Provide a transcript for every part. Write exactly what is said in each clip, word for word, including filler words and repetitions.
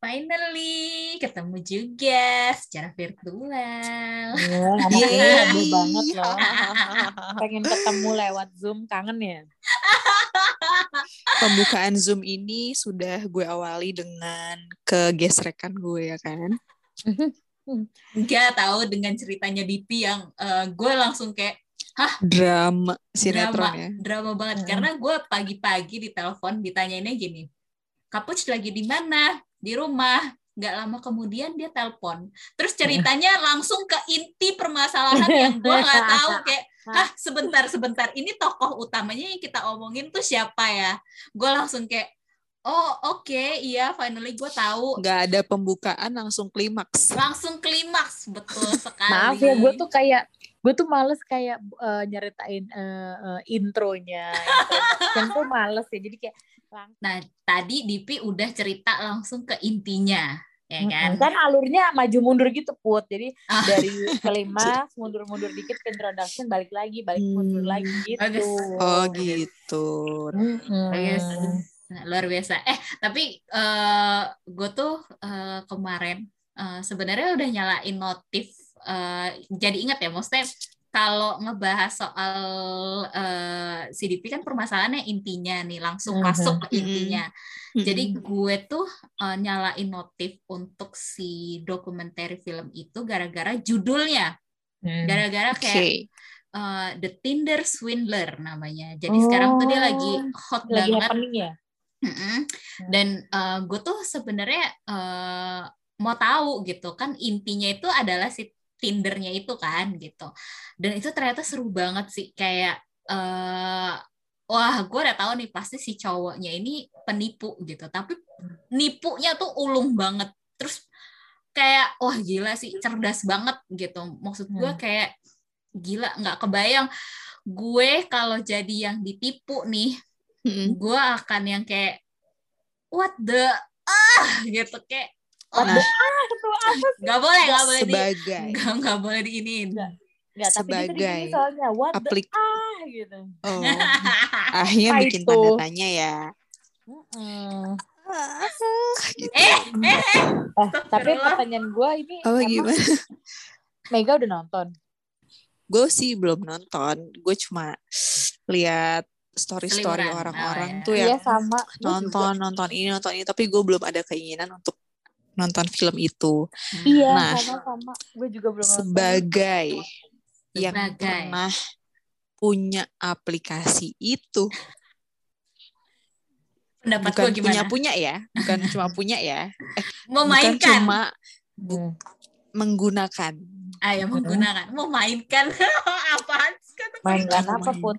Finally, ketemu juga secara virtual. Wah, anak gue happy banget loh. Pengen ketemu lewat Zoom, kangen ya? Pembukaan Zoom ini sudah gue awali dengan kegesrekan gue ya kan. Enggak tahu dengan ceritanya Dipi yang uh, gue langsung kayak hah? Drama sinetron drama, ya. Drama banget. Hmm. Karena gue pagi-pagi di telepon ditanyainnya gini, Kapuc lagi di mana? Di rumah. Nggak lama kemudian dia telepon. Terus ceritanya langsung ke inti permasalahan yang gue nggak tahu. Kayak, hah sebentar, sebentar. Ini tokoh utamanya yang kita omongin tuh siapa ya? Gue langsung kayak, oh oke, okay, iya finally gue tahu. Nggak ada pembukaan, langsung klimaks. Langsung klimaks, betul sekali. Maaf ya, gue tuh kayak, gue tuh males kayak uh, nyeritain uh, uh, intronya. Intro tuh males ya, jadi kayak langsung. Nah, tadi Dipi udah cerita langsung ke intinya. Ya kan? Kan alurnya maju mundur gitu Put, jadi ah. dari klimaks mundur-mundur dikit ke introduction, balik lagi balik hmm. mundur lagi gitu. Oh gitu. Hmm. Bagus. Nah, luar biasa. Eh tapi uh, gue tuh uh, kemarin uh, sebenarnya udah nyalain notif. Uh, jadi ingat ya, maksudnya kalau ngebahas soal uh, C D P kan permasalahannya intinya nih langsung uh-huh. masuk ke intinya. Uh-huh. Jadi gue tuh uh, nyalain notif untuk si dokumenter film itu gara-gara judulnya, uh-huh. gara-gara kayak okay. uh, The Tinder Swindler namanya. Jadi oh, sekarang tuh dia lagi hot lagi banget. Ya? Uh-huh. Dan uh, gue tuh sebenarnya uh, mau tahu gitu kan intinya itu adalah si Tindernya itu kan gitu, dan itu ternyata seru banget sih kayak uh, wah gue udah tahu nih pasti si cowoknya ini penipu gitu, tapi nipunya tuh ulung banget, terus kayak wah gila sih cerdas banget gitu, maksud gue kayak gila nggak kebayang gue kalau jadi yang ditipu nih, hmm. gue akan yang kayak what the ah gitu kayak oh, nah, nggak boleh nggak boleh sebagai di, nggak nggak boleh diinin nggak tapi sebagai gitu soalnya what aplik- the ah gitu oh ahnya bikin itu. Tanda tanya ya uh-uh. gitu. eh, eh, eh. eh tapi pertanyaan gue ini oh, emang gimana? Mega udah nonton? Gue sih belum nonton, gue cuma lihat story-story Seliburan. orang-orang oh, ya. tuh yang iya, sama. nonton nonton ini nonton ini, tapi gue belum ada keinginan untuk nonton film itu. Iya, nah, sama-sama. Gue juga belum sebagai nonton. yang Sebagai. pernah punya aplikasi itu, pendapat bukan gue gimana? punya punya ya, bukan cuma punya ya, eh, memainkan, bukan cuma bu- hmm. menggunakan. Ah ya menggunakan, memainkan apaan? Mainkan apa Put?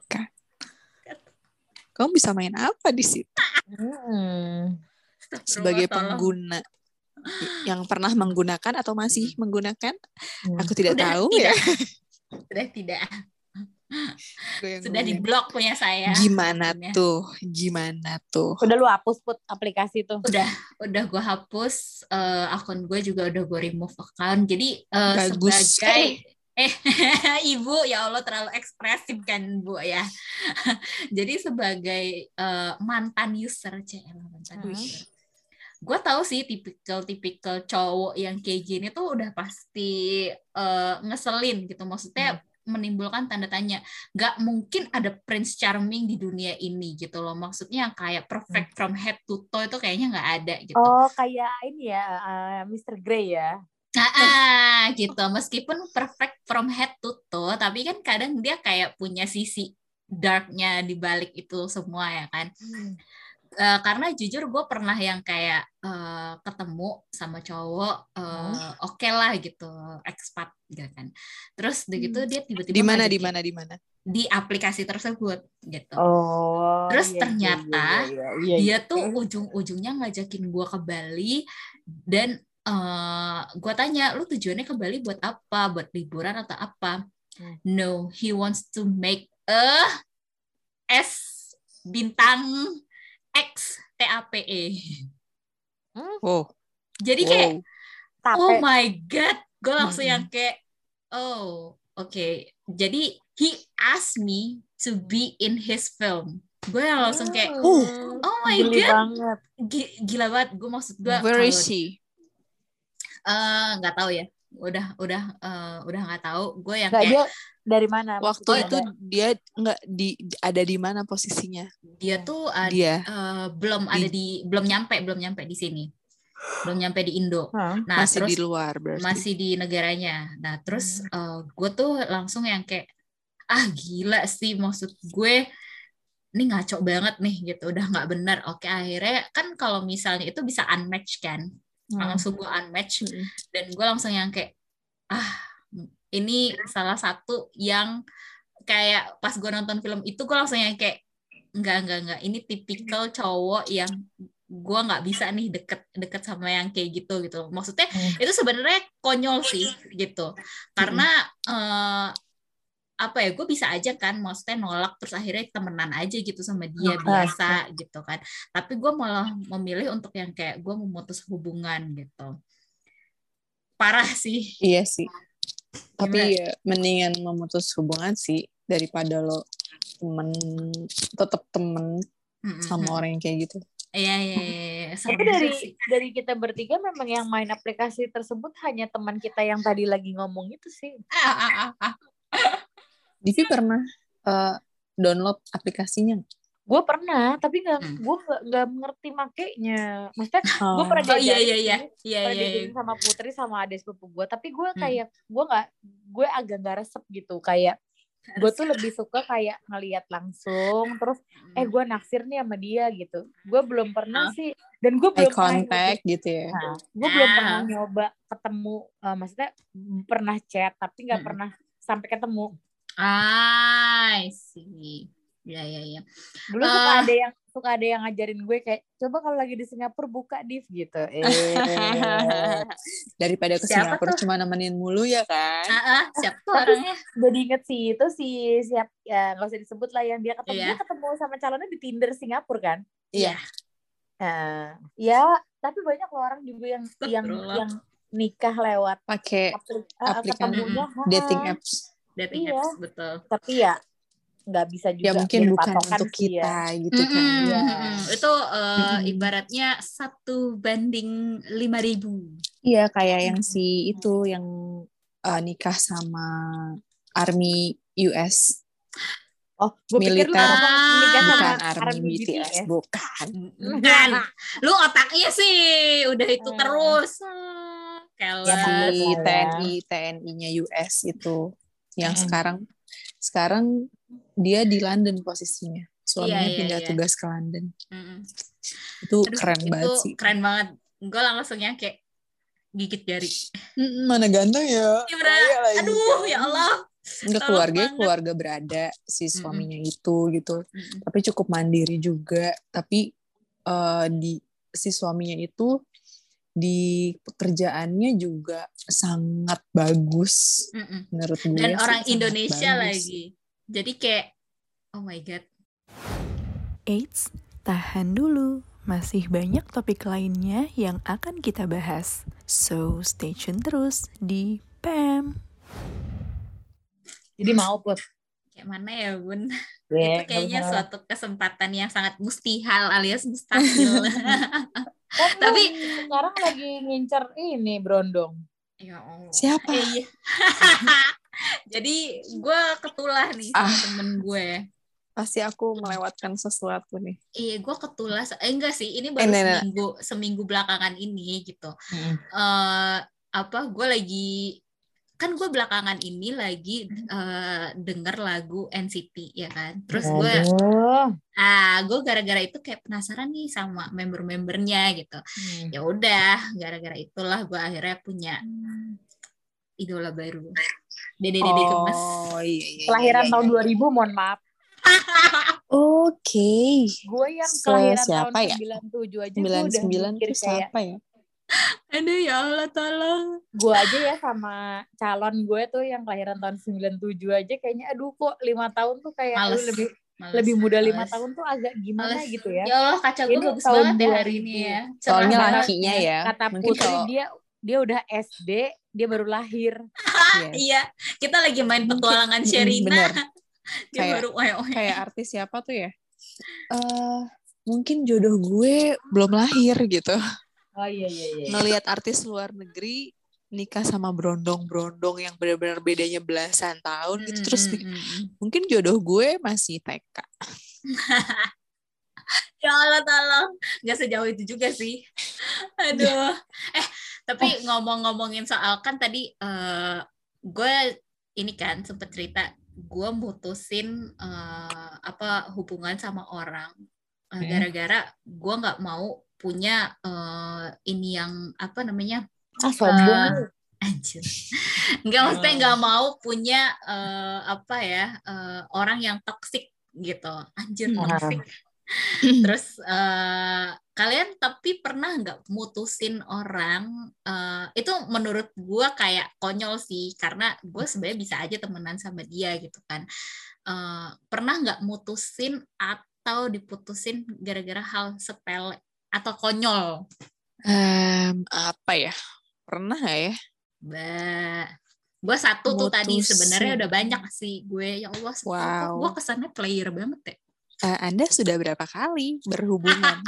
Kamu bisa main apa di situ? Hmm. Sebagai pengguna yang pernah menggunakan atau masih menggunakan, hmm. aku tidak Udah tahu tidak. ya. Sudah tidak. Sudah diblok punya saya. Gimana akunnya. tuh? Gimana tuh? Udah lu hapus Put aplikasi tuh? Udah, udah gue hapus. Uh, akun gue juga udah gue remove account. Jadi uh, Bagus. sebagai eh ibu ya Allah terlalu ekspresif kan bu ya. Jadi sebagai uh, mantan user C L mantan hmm. user. Gue tahu sih tipikal-tipikal cowok yang kayak gini tuh udah pasti uh, ngeselin gitu. Maksudnya hmm. menimbulkan tanda tanya. Gak mungkin ada Prince Charming di dunia ini gitu loh. Maksudnya yang kayak perfect hmm. from head to toe itu kayaknya gak ada gitu. Oh kayak ini ya uh, mister Grey ya. Ah, gitu. Meskipun perfect from head to toe, tapi kan kadang dia kayak punya sisi darknya di balik itu semua ya kan. Hmm. Uh, karena jujur gue pernah yang kayak uh, ketemu sama cowok uh, hmm. oke okay lah gitu expat gitu kan, terus begitu hmm. dia tiba-tiba di mana di mana di mana di aplikasi tersebut gitu. Oh, terus iya, ternyata iya, iya, iya, iya. dia tuh ujung-ujungnya ngajakin gue ke Bali dan uh, gue tanya lu tujuannya ke Bali buat apa, buat liburan atau apa? hmm. No, he wants to make a S bintang X T A P E. Oh. Jadi kayak wow. oh my god, gue langsung mm-hmm. yang kayak oh oke. Okay. Jadi he asked me to be in his film. Gue yang langsung kayak Uh, oh my geli god, banget. G- gila banget. Gue maksud gue Where is kalau she? eh, nggak tahu ya, udah udah eh, udah nggak tahu. Gue yang Nggak, kayak dia dari mana? Waktu Maksudnya itu ada- dia nggak di ada di mana posisinya? dia tuh ad- Dia eh, belum ada Di- di belum nyampe belum nyampe di sini, belum nyampe di Indo. Hah? Nah masih terus di luar berarti. masih di negaranya. Nah terus eh, gue tuh langsung yang kayak ah gila sih, maksud gue ini ngaco banget nih gitu, udah nggak benar. Oke akhirnya kan kalau misalnya itu bisa unmatch kan, langsung gue unmatch Mm-mm. dan gue langsung yang kayak ah ini salah satu yang kayak pas gue nonton film itu gue langsung yang kayak enggak enggak enggak ini tipikal cowok yang gue nggak bisa nih deket deket sama yang kayak gitu gitu. Maksudnya Hmm. itu sebenarnya konyol sih gitu, karena eh, apa ya, gue bisa aja kan maksudnya nolak terus akhirnya temenan aja gitu sama dia biasa gitu kan, tapi gue malah memilih untuk yang kayak gue memutus hubungan gitu. Parah sih. Iya sih. Tapi Gimana? ya mendingan memutus hubungan sih daripada lo temen tetap temen Mm-mm. sama orang yang kayak gitu. Iya iya iya. Tapi Serem dari sih. dari kita bertiga memang yang main aplikasi tersebut hanya teman kita yang tadi lagi ngomong itu sih. Ah, ah, ah, ah. Divi pernah uh, download aplikasinya? Gue pernah, tapi nggak, Hmm. gue nggak nggak mengerti makainya. Maksudnya Oh. gue pernah Oh iya diajarin iya iya. sih, Iya pernah iya. diajarin sama Putri sama adik sepupu gue, tapi gue Hmm. kayak gue nggak, gue agak nggak resep gitu, kayak gue tuh lebih suka kayak ngelihat langsung, terus eh gue naksir nih sama dia gitu. Gue belum pernah Oh. sih, dan gue Eye belum pernah contact gitu ya. Nah, gue belum Ah. pernah nyoba ketemu, uh, maksudnya pernah chat tapi nggak Hmm. pernah sampai ketemu. Ah, I see. Ya ya ya. Dulu suka Uh. ada yang suka ada yang ngajarin gue kayak coba kalau lagi di Singapura buka Div gitu. Eh. Daripada ke Siapa Singapura tuh? cuma nemenin mulu ya kan. Ah, ah, siapa tuh Tapi orangnya? jadi inget sih itu si siap ya nggak usah disebut lah, yang dia ketemu Iya. dia ketemu sama calonnya di Tinder Singapura kan. Iya. Nah, ya tapi banyak loh orang juga yang yang Astagfirullah. yang nikah lewat Pakai aplik, uh, aplikasi ketemunya dating ha-ha. apps. Dating Iya. apps betul. Tapi ya nggak bisa juga Ya mungkin jadi bukan patokan untuk sih kita ya. gitu kan. Mm-mm, Iya. mm-mm. Itu uh, Mm-mm. ibaratnya satu banding lima ribu. Iya kayak yang si itu yang uh, nikah sama Army U S. Oh, gue pikir lu Militer. ngomong nikah sama Bukan Army Army B T S, bukan. Bukan. Lu otaknya sih udah itu Eh. terus. Ya, Kelas. pokoknya. Si lah T N ya. I T N I-nya U S itu yang Mm-mm. sekarang sekarang dia di London posisinya. Suaminya Iya, iya, pindah iya. tugas ke London. Mm-mm. Itu Aduh, keren itu banget sih. keren banget. Gue langsung yang kayak gigit jari. Mm-mm, mana ganteng ya. Ya udah. Kaya lagi Aduh, kan. ya Allah. Enggak, Tolong keluarga banget. keluarga berada si suaminya itu gitu. Mm-mm. Tapi cukup mandiri juga. Tapi eh, di si suaminya itu di pekerjaannya juga sangat bagus Mm-mm. menurut gue. Dan sih, orang sangat Indonesia bagus. lagi. Jadi kayak oh my god. Eits, tahan dulu. Masih banyak topik lainnya yang akan kita bahas. So, stay tune terus di P A M. Jadi mau Put. Kayak mana ya Bun? Yeah, Itu kayaknya nggak bisa. suatu kesempatan yang sangat mustihil alias mustahil. Kan lu Tapi sekarang lagi ngincer ini Brondong. ya Allah. Siapa? Eh, iya. Jadi gue ketulah nih sama Ah. temen gue. Pasti aku melewatkan sesuatu nih. Iya, gue ketulah. Eh enggak sih, ini Eh, baru nah, nah. seminggu seminggu belakangan ini gitu. Mm. Eh apa? Gue lagi kan gue belakangan ini lagi eh, denger lagu N C T ya kan. Terus gue Aduh. ah gue gara-gara itu kayak penasaran nih sama member-membernya gitu. Hmm. Ya udah, gara-gara itulah gue akhirnya punya idola baru. Dede Dede Gemes. Oh iya iya. Kelahiran iya, tahun iya. dua ribu, mohon maaf. Oke. Gue yang Se- kelahiran siapa tahun ya? sembilan puluh tujuh aja gue sembilan udah sembilan mikir tuh kayak siapa ya? Aduh ya Allah tolong. gue aja ya sama calon gue tuh yang kelahiran tahun sembilan puluh tujuh aja kayaknya aduh kok lima tahun tuh kayak Males. aduh, lebih Males, lebih muda lima males. tahun tuh agak gimana Males. gitu ya. Ya Allah kaca gue Ini bagus tahun banget ya dua hari ribu. ini ya. Cerah Soalnya banget. lakinya ya. Kata Mungkin Putri kalau dia dia udah S D, dia baru lahir. yes. Iya, kita lagi main Mungkin- petualangan Mm-mm, Sherina. bener. Dia Kayak- baru oe-oe. kayak artis siapa tuh ya? uh, mungkin jodoh gue belum lahir gitu. Oh iya iya iya. Ngelihat artis luar negeri nikah sama brondong-brondong yang benar-benar bedanya belasan tahun gitu, terus Mm-mm. mungkin jodoh gue masih T K. Ya Allah tolong, nggak sejauh itu juga sih. Aduh. Eh tapi ngomong-ngomongin soal kan tadi uh, gue ini kan sempet cerita gue mutusin uh, apa hubungan sama orang uh, Hmm. gara-gara gue nggak mau punya uh, ini yang apa namanya Ah sombong. uh, anjir nggak maksudnya nggak mau punya uh, apa ya uh, orang yang toksik gitu anjir Hmm. toksik. Terus uh, kalian tapi pernah nggak mutusin orang uh, itu menurut gue kayak konyol sih karena gue sebenarnya bisa aja temenan sama dia gitu kan. Uh, pernah nggak mutusin atau diputusin gara-gara hal sepele atau konyol? Um, apa ya? Pernah gak ya? Bah, gue satu tuh tadi Mutusin. sebenarnya udah banyak sih gue ya Allah. Wow. Gue kesannya player banget ya. Uh, Anda sudah berapa kali berhubungan?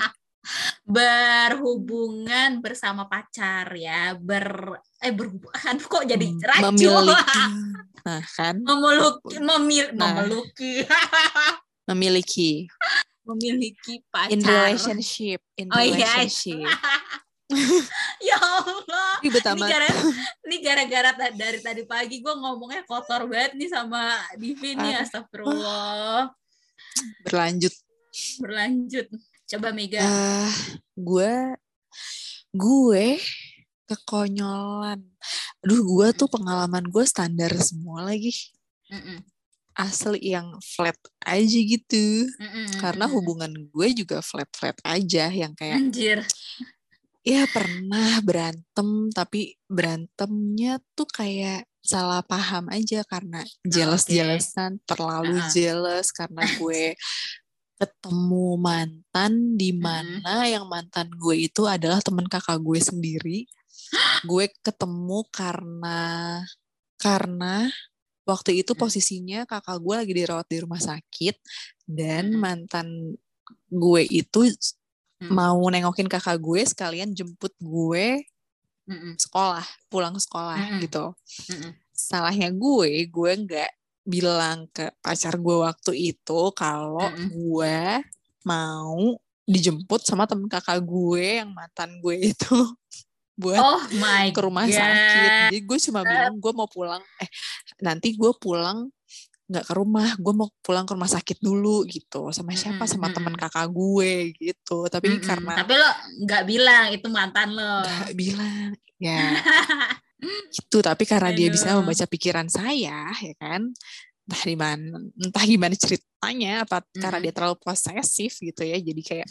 Berhubungan bersama pacar ya, ber eh berhubungan kok jadi rancu. Memiliki, nah kan? Memeluk, memil, Nah. memeluki, Memiliki. memiliki pacar. In relationship, in Oh iya. relationship. Ya Allah. Ribet Ini amat. gara, ini gara-gara ta- dari tadi pagi gue ngomongnya kotor banget nih sama Divi nih, Parah. astagfirullah. Berlanjut. Berlanjut. Coba Mega. Uh, gue, gue kekonyolan. Aduh, gue tuh pengalaman gue standar semua lagi. Mm-mm. Asli yang flat aja gitu. Mm-mm. Karena hubungan gue juga flat-flat aja. Yang kayak, Anjir. ya pernah berantem, tapi berantemnya tuh kayak salah paham aja karena jealous-jealousan, terlalu Uh-uh. jealous karena gue ketemu mantan di mana yang mantan gue itu adalah teman kakak gue sendiri. Gue ketemu karena karena waktu itu posisinya kakak gue lagi dirawat di rumah sakit dan Mm-mm. mantan gue itu Mm. mau nengokin kakak gue sekalian jemput gue Mm-mm. sekolah, pulang sekolah Mm-mm. gitu. Mm-mm. Salahnya gue, gue nggak bilang ke pacar gue waktu itu kalau Mm-mm. gue mau dijemput sama temen kakak gue yang mantan gue itu buat Oh my ke rumah God. sakit. Jadi gue cuma bilang gue mau pulang, eh nanti gue pulang nggak ke rumah, gue mau pulang ke rumah sakit dulu gitu. Sama siapa? Sama Mm-mm. temen kakak gue gitu. Tapi Mm-mm. karena Tapi lo nggak bilang itu mantan lo. nggak bilang, ya gitu. Tapi karena dia bisa Aduh. membaca pikiran saya, ya kan? Entah gimana, entah gimana ceritanya, apa Mm-mm. karena dia terlalu posesif gitu ya. Jadi kayak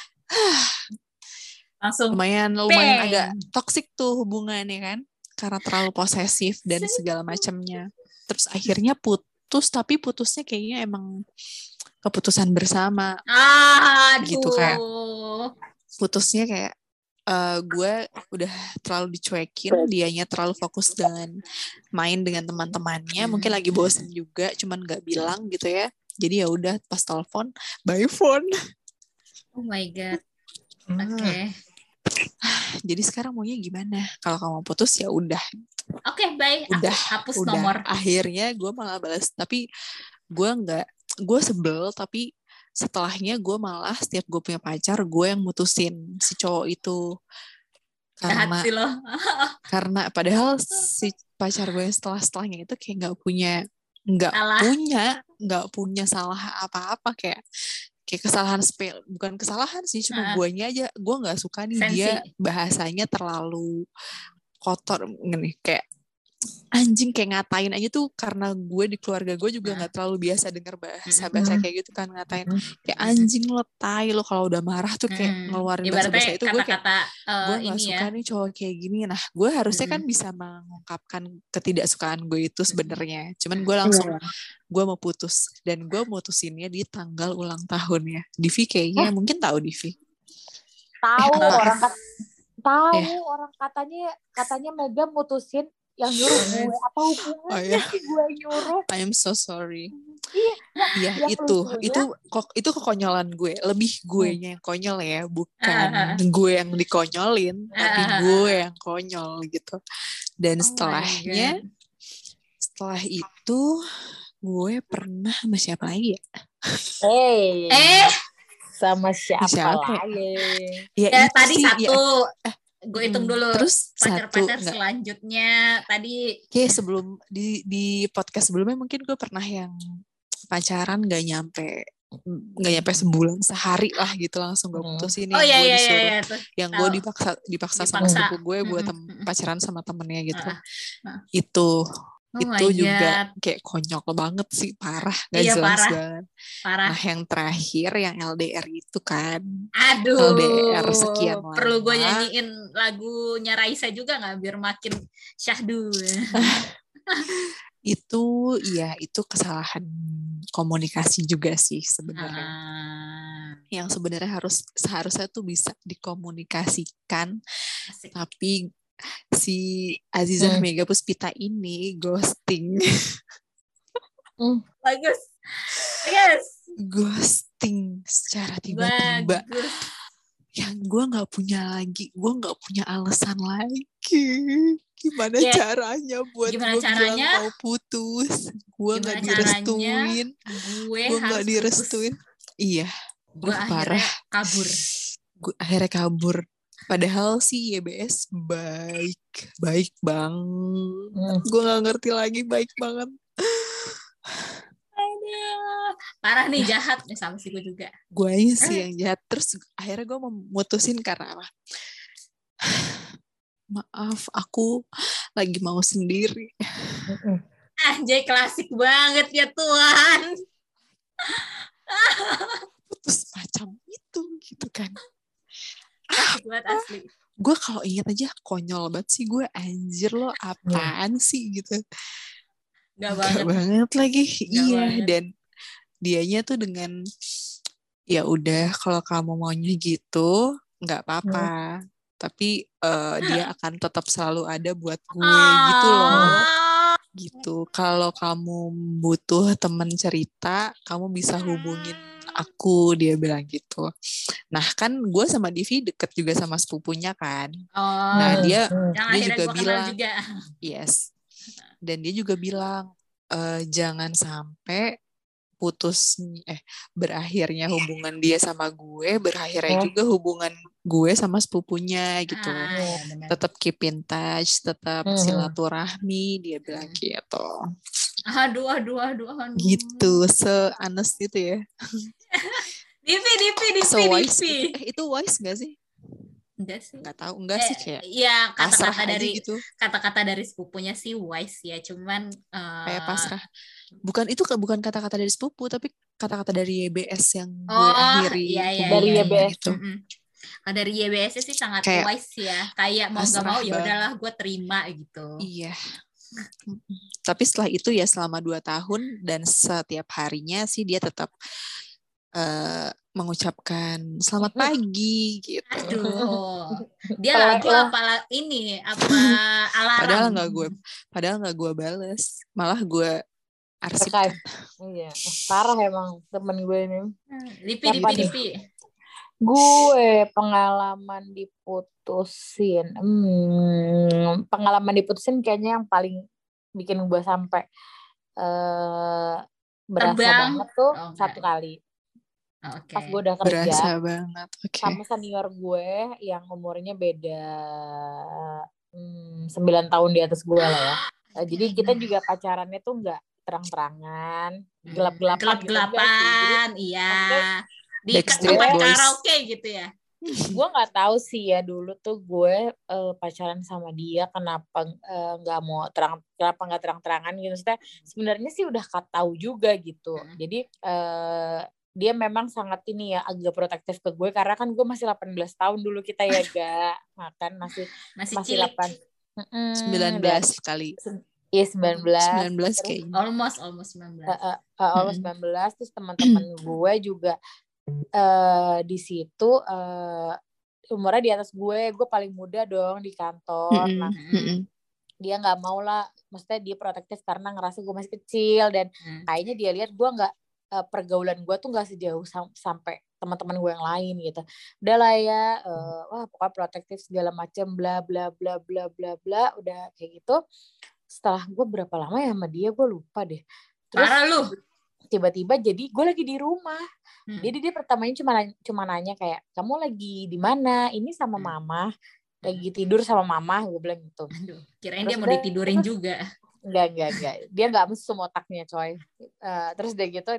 Langsung lumayan lumayan bang. agak toksik tuh hubungannya kan, karena terlalu posesif dan segala macamnya. Terus akhirnya putus, tapi putusnya kayaknya emang keputusan bersama. Aduh. Gitu kayak putusnya kayak uh, gue udah terlalu dicuekin, dianya terlalu fokus dengan main dengan teman-temannya, mungkin lagi bosen juga, cuman nggak bilang gitu ya. Jadi ya udah pas telepon, by phone. Oh my God. Oke. Okay. Jadi sekarang maunya gimana? Kalau kamu putus ya udah. Oke, okay, bye. Udah, Aku hapus udah. nomor. Akhirnya gue malah balas, tapi gue nggak, gue sebel, tapi setelahnya gue malah setiap gue punya pacar, gue yang mutusin si cowok itu. Karena, sih lo. karena padahal si pacar gue setelah setelahnya itu kayak nggak punya, nggak punya, nggak punya salah apa-apa, kayak kayak kesalahan sepele, bukan kesalahan sih, cuma uh, guanya aja, gue nggak suka nih sensi. Dia bahasanya terlalu kotor, nih kayak anjing, kayak ngatain aja tuh, karena gue di keluarga gue juga nggak terlalu biasa dengar bahasa bahasa kayak gitu kan, ngatain kayak anjing lo, tai lo, kalau udah marah tuh kayak ngeluarin bahasa-bahasa itu. Gue kayak uh, gue nggak suka ya. Nih cowok kayak gini. Nah gue harusnya kan bisa mengungkapkan ketidaksukaan gue itu sebenarnya, cuman gue langsung gue mau putus, dan gue mutusinnya di tanggal ulang tahunnya. Divi kayaknya mungkin tahu Divi. Tahu eh, orang kat, tahu eh. orang katanya katanya Mega mutusin yang nyuruh gue, apa hubungannya oh, yeah. sih gue nyuruh? I am so sorry. Iya itu itu kok itu kekonyolan gue, lebih guenya yang konyol ya, bukan Ah, ah. gue yang dikonyolin, tapi Ah, ah, gue ah. yang konyol gitu. Dan Oh my setelahnya, God. setelah itu gue pernah sama siapa lagi ya? Eh, Eh, sama siapa, Siapa ya? lagi? Ya, ya itu tadi sih, ya. satu. Gue hitung Mm, dulu terus satu pacar-pacar nggak, selanjutnya tadi. kayak sebelum di di podcast sebelumnya mungkin gue pernah yang pacaran nggak nyampe nggak nyampe sebulan, sehari lah gitu langsung gue Hmm. putusin, Oh yang iya gue iya iya, disuruh, iya tuh. yang Tahu. gue dipaksa dipaksa sama Dipaksa. sepupu gue buat tem- Mm-mm. pacaran sama temennya gitu. Ah, ah. Itu Oh itu my juga God. kayak konyol banget sih, parah, gak Iya jelas parah, banget. parah. Nah yang terakhir yang L D R itu kan, Aduh, L D R sekian perlu gue lama. nyanyiin lagunya Raisa juga nggak biar makin syahdu. Itu ya itu kesalahan komunikasi juga sih sebenarnya. Ah, Yang sebenarnya harus seharusnya tuh bisa dikomunikasikan, asik. tapi si Azizah Hmm. Mega Puspita ini ghosting. Hmm. Bagus, bagus, Ghosting secara tiba-tiba. bagus. Yang gue nggak punya lagi, gue nggak punya alasan lagi. Gimana Ya, caranya buat gimana gue bilang caranya? mau putus? Gue nggak Gimana caranya? direstuin, Gue gue harus nggak putus. direstuin. Iya, Gue uh, akhirnya parah. kabur. Gue akhirnya kabur. Padahal sih Y B S baik, baik banget. Hmm. Gue nggak ngerti lagi, baik banget. Aduh, parah nih, jahat nih sama sih gue juga. Gue aja sih yang jahat. Terus akhirnya gue memutusin karena apa? Maaf, aku lagi mau sendiri. Hmm. Anjay, klasik banget ya Tuhan. Putus macam itu gitu kan. Klasik banget asli. Gue kalau ingat aja konyol banget sih gue, anjir lo apaan sih gitu. Gak Gak banget. banget lagi. Gak Iya, banget. dan dianya tuh dengan ya udah kalau kamu maunya gitu nggak apa-apa, tapi uh, dia akan tetap selalu ada buat gue gitu loh. Gitu. Kalau kamu butuh teman cerita, kamu bisa hubungin aku, dia bilang gitu. Nah kan gue sama Divi deket juga sama sepupunya kan. Oh, Nah dia yang dia akhirnya juga gue kenal bilang juga. yes, dan dia juga bilang e, jangan sampai putus eh berakhirnya hubungan dia sama gue, berakhirnya Oh. juga hubungan gue sama sepupunya gitu. Ah, ya benar. Tetap keep in touch, tetap Hmm. silaturahmi, dia bilang gitu. Aduh, aduh, aduh, aduh. Gitu, se-honest gitu ya. Divi, Divi, Divi, So wise, Divi. itu, eh, itu wise gak sih? Enggak sih. Nggak tahu, enggak eh, sih kayak ya pasrah kata-kata aja dari gitu. kata-kata dari sepupunya sih wise ya, cuman uh, Kayak pasrah. Bukan itu bukan kata-kata dari sepupu, tapi kata-kata dari Y B S yang gue oh, akhiri iya, iya, dari iya, Y B S iya. gitu. Mm-mm. Kalau dari Y B S sih sangat Kayak wise ya, kayak mau nggak mau ya udahlah gue terima gitu. Iya. Tapi setelah itu ya selama dua tahun dan setiap harinya sih dia tetap uh, mengucapkan selamat pagi gitu. Aduh, dia lagu apa ini apa alarm? Padahal nggak gue, padahal nggak gue bales, malah gue arsipkan. Iya, parah emang temen gue ini. Lipi, lipi, lipi. Gue pengalaman diputusin, hmm, pengalaman diputusin kayaknya yang paling bikin gue sampai uh, berasa Terbang. banget tuh oh, satu kali. Okay. Pas gue udah kerja. Berasa banget. Okay. Sama senior gue yang umurnya beda hmm, sembilan tahun di atas gue lah ya. Uh, jadi kita juga pacarannya tuh nggak terang-terangan, gelap-gelapan. Gelap-gelapan, gitu iya. Di Backstreet tempat Boys. karaoke gitu ya. Gue nggak tahu sih ya dulu tuh gue uh, pacaran sama dia kenapa nggak uh, mau terang kenapa nggak terang-terangan gitu. Maksudnya sebenarnya sih udah tahu juga gitu. Hmm. Jadi uh, dia memang sangat ini ya agak protektif ke gue karena kan gue masih delapan belas tahun dulu kita ya gak makan masih masih, masih delapan sembilan belas kali. Iya sembilan belas. sembilan belas kayaknya. Almost almost sembilan belas. Uh, uh, uh, almost sembilan belas terus teman-teman gue juga Uh, di situ uh, umurnya di atas gue, gue paling muda dong di kantor. Mm-hmm. Nah, mm-hmm. dia nggak mau lah, maksudnya dia protektif karena ngerasa gue masih kecil dan hmm. kayaknya dia lihat gue nggak uh, pergaulan gue tuh nggak sejauh sam- sampai teman-teman gue yang lain gitu. Udah lah ya, uh, wah pokoknya protektif segala macam, bla bla bla bla bla bla, udah kayak gitu. Setelah gue berapa lama ya sama dia, gue lupa deh. Terus parah lu. Tiba-tiba jadi gue lagi di rumah. Hmm. Jadi dia pertamanya cuma cuma nanya kayak, kamu lagi di mana? Ini sama hmm. mama. Lagi tidur sama mama, gue bilang gitu. Aduh, kirain terus dia mau udah, ditidurin terus, juga. Enggak, enggak, enggak. Dia enggak mesum otaknya, coy. Uh, terus dia gitu,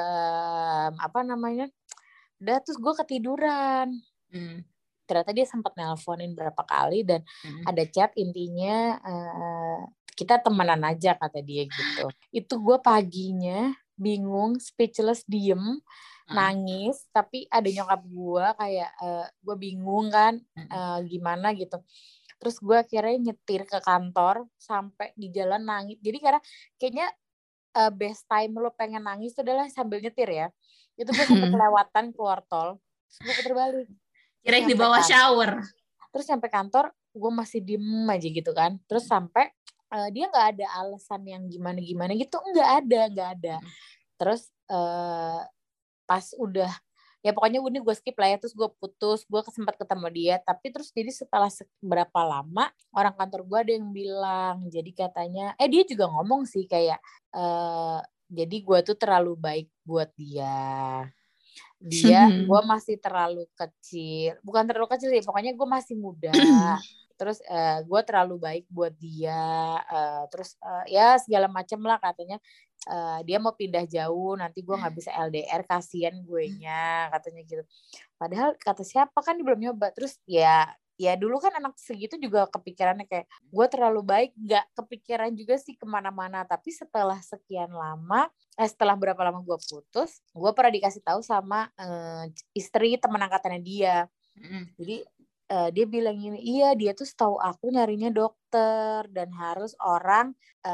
uh, apa namanya, udah terus gue ketiduran. Hmm. Ternyata dia sempat nelponin berapa kali dan hmm. ada chat intinya, uh, kita temenan aja kata dia gitu. Itu gue paginya bingung, speechless, diem, nangis, tapi ada nyokap gue kayak uh, gue bingung kan uh, gimana gitu. Terus gue akhirnya nyetir ke kantor sampai di jalan nangis. Jadi karena kayaknya uh, best time lo pengen nangis itu adalah sambil nyetir ya. Itu gue sampai kelewatan keluar tol, terus gue puter balik. Kirain di bawah shower. Terus sampai kantor gue masih diem aja gitu kan. Terus sampai uh, dia nggak ada alasan yang gimana-gimana gitu, nggak ada, nggak ada. Terus uh, pas udah ya pokoknya ini gue skip lah ya, terus gue putus, gue sempat ketemu dia, tapi terus jadi setelah berapa lama orang kantor gue ada yang bilang, jadi katanya eh dia juga ngomong sih kayak uh, jadi gue tuh terlalu baik buat dia, dia gue masih terlalu kecil, bukan terlalu kecil sih, pokoknya gue masih muda. Terus uh, gue terlalu baik buat dia, uh, terus uh, ya segala macem lah katanya. Uh, dia mau pindah jauh, nanti gue nggak bisa L D R, kasian gue nya katanya gitu. Padahal kata siapa kan dia belum nyoba. Terus ya ya dulu kan anak segitu juga kepikirannya kayak gue terlalu baik, nggak kepikiran juga sih kemana-mana. Tapi setelah sekian lama, eh, setelah berapa lama gue putus, gue pernah dikasih tahu sama uh, istri teman angkatannya dia. Mm. Jadi Uh, dia bilang gini, iya dia tuh setahu aku nyarinya dokter dan harus orang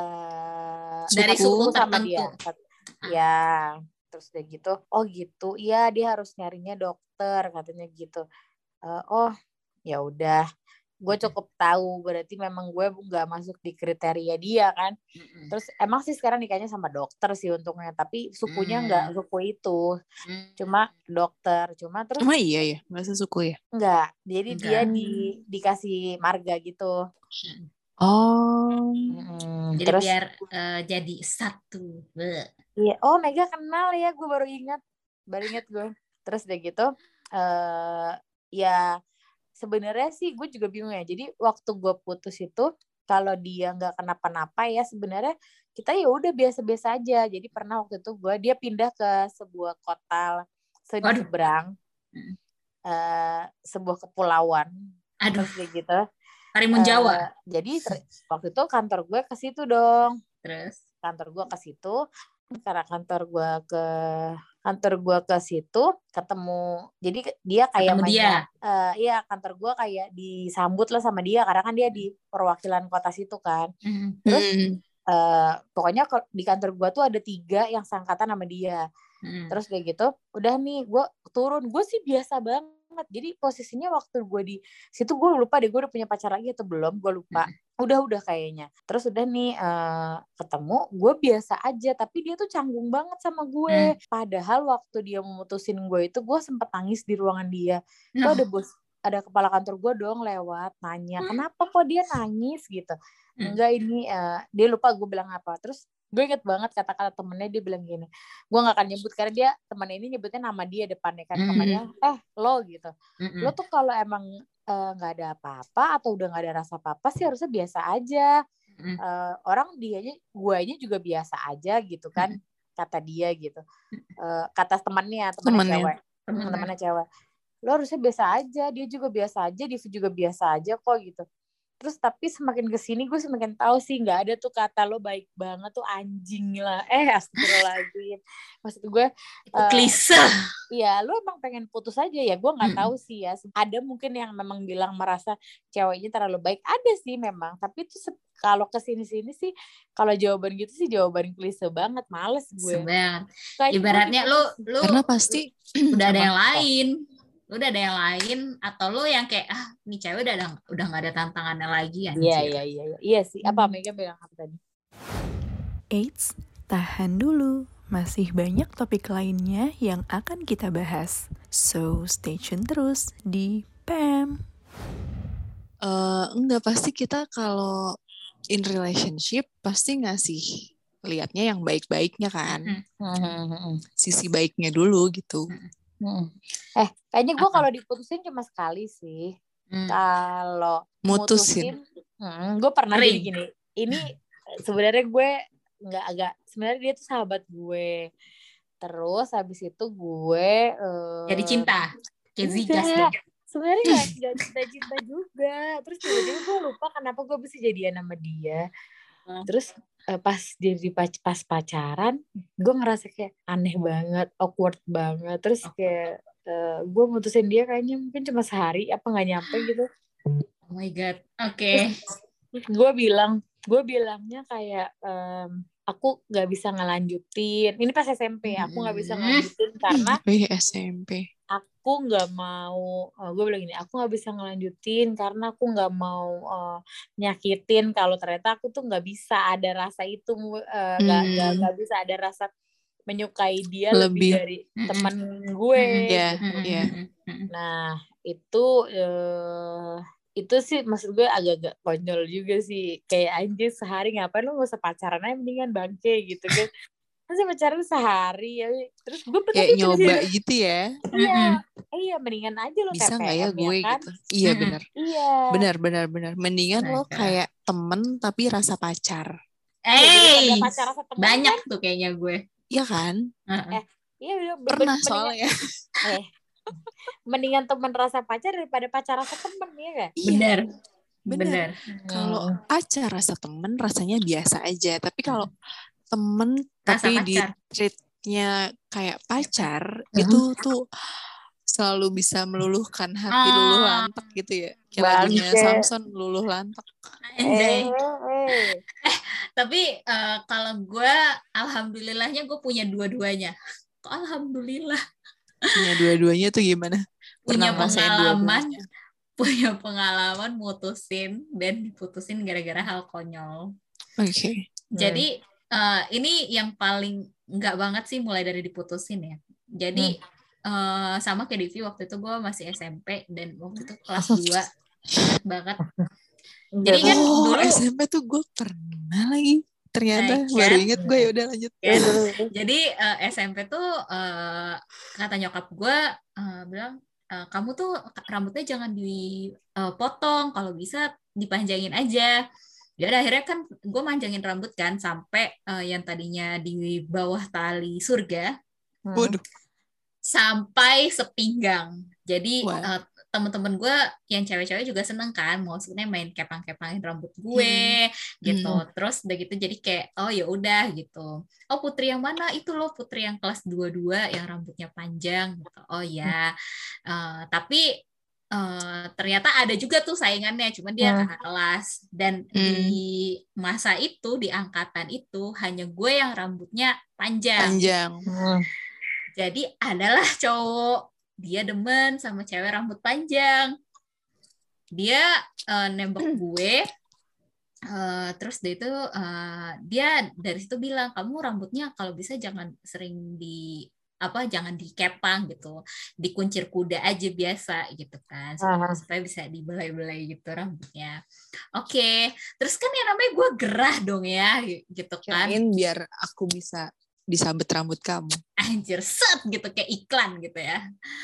uh, dari suku sama tertentu. Dia. Ya, terus dia gitu, oh gitu, iya dia harus nyarinya dokter katanya gitu. Uh, oh, ya udah, gue cukup tahu berarti memang gue nggak masuk di kriteria dia kan. Mm-mm. Terus emang sih sekarang nikahnya sama dokter sih untungnya, tapi sukunya nggak mm. suku itu, mm. cuma dokter, cuma terus. Emang iya ya, nggak sesuku ya? Nggak, jadi Enggak. dia di dikasih marga gitu. Oh, mm. Jadi terus biar uh, jadi satu. Iya, oh Mega kenal ya, gue baru ingat, baru ingat gue. Terus udah gitu, uh, ya. Sebenarnya sih gue juga bingung ya. Jadi waktu gue putus itu, kalau dia nggak kenapa-napa ya sebenarnya kita ya udah biasa-biasa aja. Jadi pernah waktu itu gue dia pindah ke sebuah kota seberang, uh, sebuah kepulauan. Aduh. Terus kayak gitu. Karimun Jawa. Uh, jadi ter- waktu itu kantor gue ke situ dong. Terus kantor gue ke situ. Karena kantor gue ke kantor gue ke situ ketemu, jadi dia kayak ketemu dia. Uh, iya kantor gue kayak disambut lah sama dia karena kan dia di perwakilan kota situ kan. Mm-hmm. Terus uh, pokoknya di kantor gue tuh ada tiga yang sangkatan sama dia. Mm-hmm. Terus kayak gitu, udah nih gue turun, gue sih biasa banget. Jadi posisinya waktu gue di situ gue lupa deh gue udah punya pacar lagi atau belum, gue lupa. Mm-hmm. Udah udah kayaknya. Terus udah nih uh, ketemu, gue biasa aja, tapi dia tuh canggung banget sama gue. Mm. Padahal waktu dia memutusin gue itu, gue sempet nangis di ruangan dia. No. Tuh ada bos, ada kepala kantor gue dong lewat nanya, kenapa kok dia nangis gitu. Mm. Enggak ini uh, dia lupa gue bilang apa. Terus gue inget banget kata-kata temennya, dia bilang gini, gue gak akan nyebut karena dia temennya ini nyebutnya nama dia depannya kan, mm-hmm. namanya eh lo gitu. Mm-hmm. Lo tuh kalau emang nggak uh, ada apa-apa atau udah nggak ada rasa apa-apa sih harusnya biasa aja. Mm. Uh, orang dianya guanya juga biasa aja gitu kan, mm. kata dia gitu. Uh, kata temannya temannya cewek mm. temannya cewek lo harusnya biasa aja, dia juga biasa aja, dia juga biasa aja kok gitu. Terus tapi semakin kesini gue semakin tahu sih nggak ada tuh kata lo baik banget tuh, anjing lah. Eh astagfirullahaladzim. Maksud gue itu uh, klise. Iya, lo emang pengen putus aja ya. Gue nggak hmm. tahu sih ya. Ada mungkin yang memang bilang merasa ceweknya terlalu baik. Ada sih memang. Tapi itu se- kalau kesini-sini sih, kalau jawaban gitu sih jawaban klise banget. Males gue. Sebenarnya. Ibaratnya lo, lo karena pasti udah ada yang lain. Lu udah ada yang lain atau lu yang kayak ah nih cewek udah ada, udah nggak ada tantangannya lagi ya? Iya iya iya iya sih. Apa hmm. Mega bilang apa tadi? Eits, tahan dulu. Masih banyak topik lainnya yang akan kita bahas. So stay tune terus di P A M. Uh, enggak, pasti kita kalau in relationship pasti ngasih lihatnya yang baik-baiknya kan. Mm-hmm. Sisi baiknya dulu gitu. Mm-hmm. Eh, kayaknya gue kalau diputusin cuma sekali sih. Mm. Kalau mutusin, hmm, gue pernah Ring. Jadi gini. Ini sebenarnya gue nggak agak, sebenarnya dia tuh sahabat gue. Terus habis itu gue uh, jadi cinta. Kayak Zigas dong. Sebenarnya nggak nggak cinta-cinta juga. Terus tiba-tiba gue lupa kenapa gue bisa jadian sama dia. Terus uh, pas jadi pas pacaran, gue ngerasa kayak aneh banget, awkward banget. Terus kayak uh, gue mutusin dia kayaknya mungkin cuma sehari, apa nggak nyampe gitu. Oh my god, oke. Okay. Gue bilang, gue bilangnya kayak um, aku nggak bisa ngelanjutin. Ini pas S M P, aku nggak bisa ngelanjutin karena S M P. Aku nggak mau, uh, gue bilang gini, aku nggak bisa ngelanjutin karena aku nggak mau uh, nyakitin kalau ternyata aku tuh nggak bisa ada rasa itu, nggak uh, nggak hmm. bisa ada rasa menyukai dia lebih, lebih dari mm-hmm. teman gue. Yeah, gitu. yeah. Nah itu uh, itu sih maksud gue agak-agak konyol juga sih, kayak anjir sehari ngapain lu nggak usah pacaran aja mendingan bangke gitu kan. Masa pacaran sehari ya, terus gue kayak nyoba gitu ya. Iya, iya mendingan aja lo bisa nggak ya gue ya kan? Gitu. Iya mm-hmm. benar. Iya. Benar benar benar. Mendingan nah, lo kayak temen tapi rasa pacar. Eh, pacar rasa temen banyak kan? Tuh kayaknya gue. Iya kan? Uh-uh. Eh, iya udah pernah soalnya. Eh, mendingan temen rasa pacar daripada pacar rasa temen ya kan? Benar. Benar. Benar. Kalau pacar rasa temen rasanya biasa aja, tapi kalau temen tapi di treatnya kayak pacar uh-huh. itu tuh selalu bisa meluluhkan hati, ah. luluh lantak gitu ya, kayak lagunya Samson luluh lantak. Eh, eh. Tapi uh, kalau gue alhamdulillahnya gue punya dua-duanya. Kok alhamdulillah punya dua-duanya tuh gimana? Punya pengalaman punya pengalaman mutusin dan diputusin gara-gara hal konyol. Oke. Okay. Jadi hmm. Uh, ini yang paling enggak banget sih mulai dari diputusin ya. Jadi hmm. uh, sama kayak Divi waktu itu gue masih S M P dan waktu itu kelas dua ingat banget. Jadi kan oh, dulu S M P tuh gue pernah lagi. Ternyata nah, baru inget gue, ya udah lanjut. Ya, jadi uh, S M P tuh uh, kata nyokap gue uh, bilang uh, kamu tuh rambutnya jangan dipotong, kalau bisa dipanjangin aja. Ya udah akhirnya kan gue manjangin rambut kan sampai uh, yang tadinya di bawah tali surga hmm. sampai sepinggang. Jadi uh, temen-temen gue yang cewek-cewek juga seneng kan, maksudnya main kepang-kepangin rambut gue hmm. gitu. Hmm. Terus udah gitu jadi kayak oh ya udah gitu. Oh Putri yang mana? Itu loh Putri yang kelas dua puluh dua yang rambutnya panjang gitu. Oh ya. Uh, tapi Uh, ternyata ada juga tuh saingannya, cuman dia kakak hmm. kelas dan hmm. di masa itu di angkatan itu hanya gue yang rambutnya panjang. Panjang. Hmm. Jadi adalah cowok dia demen sama cewek rambut panjang. Dia uh, nembak gue, uh, terus dia itu uh, dia dari situ bilang kamu rambutnya kalau bisa jangan sering di apa jangan dikepang gitu, dikuncir kuda aja biasa gitu kan supaya, uh-huh. supaya bisa dibelai-belai gitu rambutnya. Oke, okay. Terus kan ya namanya gue gerah dong ya gitu kan. Kirain biar aku bisa disabet rambut kamu. Anjir set gitu kayak iklan gitu ya.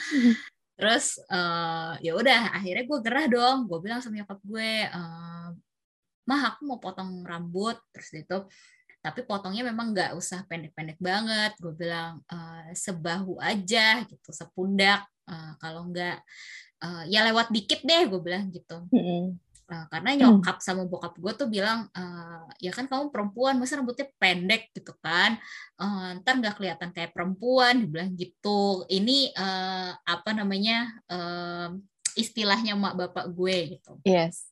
Terus uh, ya udah akhirnya gue gerah dong. Gue bilang sama nyokap gue, uh, mah aku mau potong rambut. Terus itu tapi potongnya memang nggak usah pendek-pendek banget. Gue bilang uh, sebahu aja gitu, sepundak. Uh, kalau nggak uh, ya lewat dikit deh, gue bilang gitu. Mm-hmm. Uh, karena nyokap sama bokap gue tuh bilang, uh, ya kan kamu perempuan, masa rambutnya pendek gitu kan? Uh, ntar nggak kelihatan kayak perempuan, dibilang gitu. Ini uh, apa namanya uh, istilahnya mak bapak gue gitu. Yes.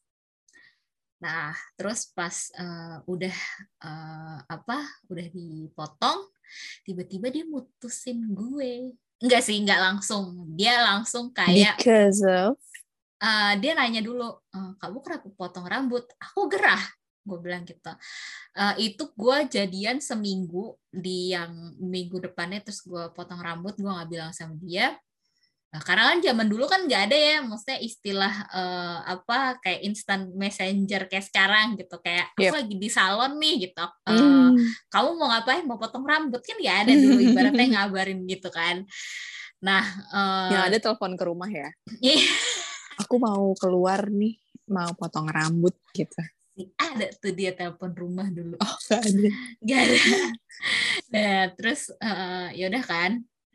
Nah, terus pas uh, udah uh, apa, udah dipotong, tiba-tiba dia mutusin gue Enggak sih, enggak langsung. Dia langsung kayak because of uh, dia nanya dulu, e, kamu kenapa potong rambut? Aku gerah, gue bilang gitu. Uh, itu gue jadian seminggu, di yang minggu depannya terus gue potong rambut, gue nggak bilang sama dia. Nah, karena kan zaman dulu kan nggak ada ya, maksudnya istilah uh, apa kayak instant messenger kayak sekarang gitu, kayak aku yep. lagi di salon nih gitu, uh, mm. kamu mau ngapain, mau potong rambut, kan nggak ada dulu ibaratnya ngabarin gitu kan. Nah, uh, yang ada telepon ke rumah ya. Aku mau keluar nih, mau potong rambut gitu. Ada tuh dia telepon rumah dulu. Oh, gak ada. Gak ada. Nah, terus uh, ya udah kan.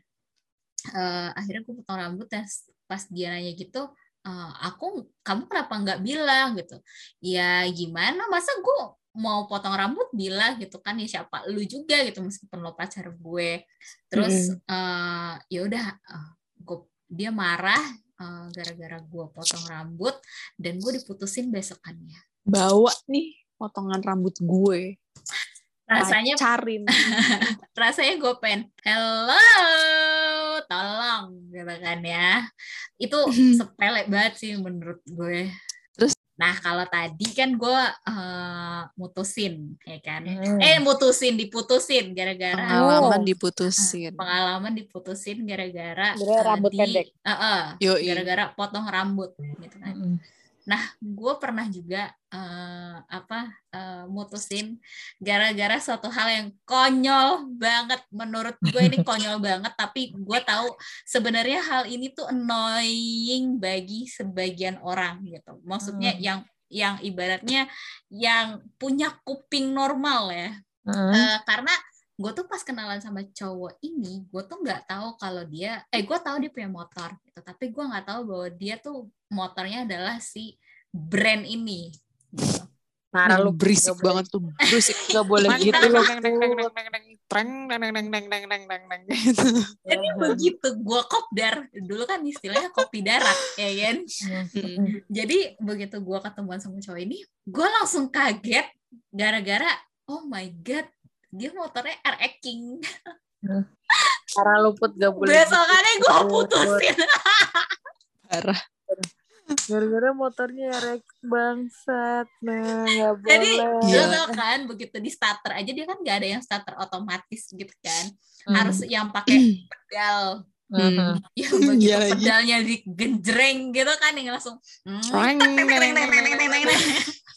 Uh, akhirnya aku potong rambut, pas dia nanya gitu, uh, aku kamu kenapa nggak bilang gitu? Ya gimana, masa gue mau potong rambut bilang gitu kan, ya siapa lu juga gitu, meskipun lo pacar gue. Terus mm-hmm. uh, ya udah uh, gue dia marah uh, gara-gara gue potong rambut, dan gue diputusin besokannya. Bawa nih potongan rambut gue, rasanya pacarin. Rasanya gue pengen hello tolong gitu kan ya. Itu sepele banget sih menurut gue. Terus nah kalau tadi kan gue uh, mutusin ya kan, hmm. eh mutusin diputusin gara-gara pengalaman diputusin pengalaman diputusin gara-gara uh, rambut di, pendek uh, uh, gara-gara potong rambut gitu kan. Hmm. Nah, gue pernah juga uh, apa uh, mutusin gara-gara suatu hal yang konyol banget. Menurut gue ini konyol banget, tapi gue tahu sebenarnya hal ini tuh annoying bagi sebagian orang gitu. Maksudnya hmm. yang yang ibaratnya yang punya kuping normal ya. Hmm. Uh, karena gue tuh pas kenalan sama cowok ini, gue tuh nggak tahu kalau dia, eh gue tahu dia punya motor, gitu. Tapi gue nggak tahu bahwa dia tuh motornya adalah si brand ini. Gitu. Parah lu, berisik banget tuh, berisik, nggak boleh gitu loh. Jadi begitu gue kopdar, dulu kan istilahnya kopi darat, ya kan. Jadi begitu gue ketemuan sama cowok ini, gue langsung kaget gara-gara, oh my god, dia motornya R X King. Parah luput gak boleh. Besokannya gue putusin. Parah. Gara-gara motornya R X bangsat. Nah, gak boleh. Jadi dulu kan begitu di starter aja, dia kan gak ada yang starter otomatis gitu kan. Hmm. Harus yang pakai pedal. Hmm. Yang begitu yeah, pedalnya yeah. digenjreng gitu kan, yang langsung hmm,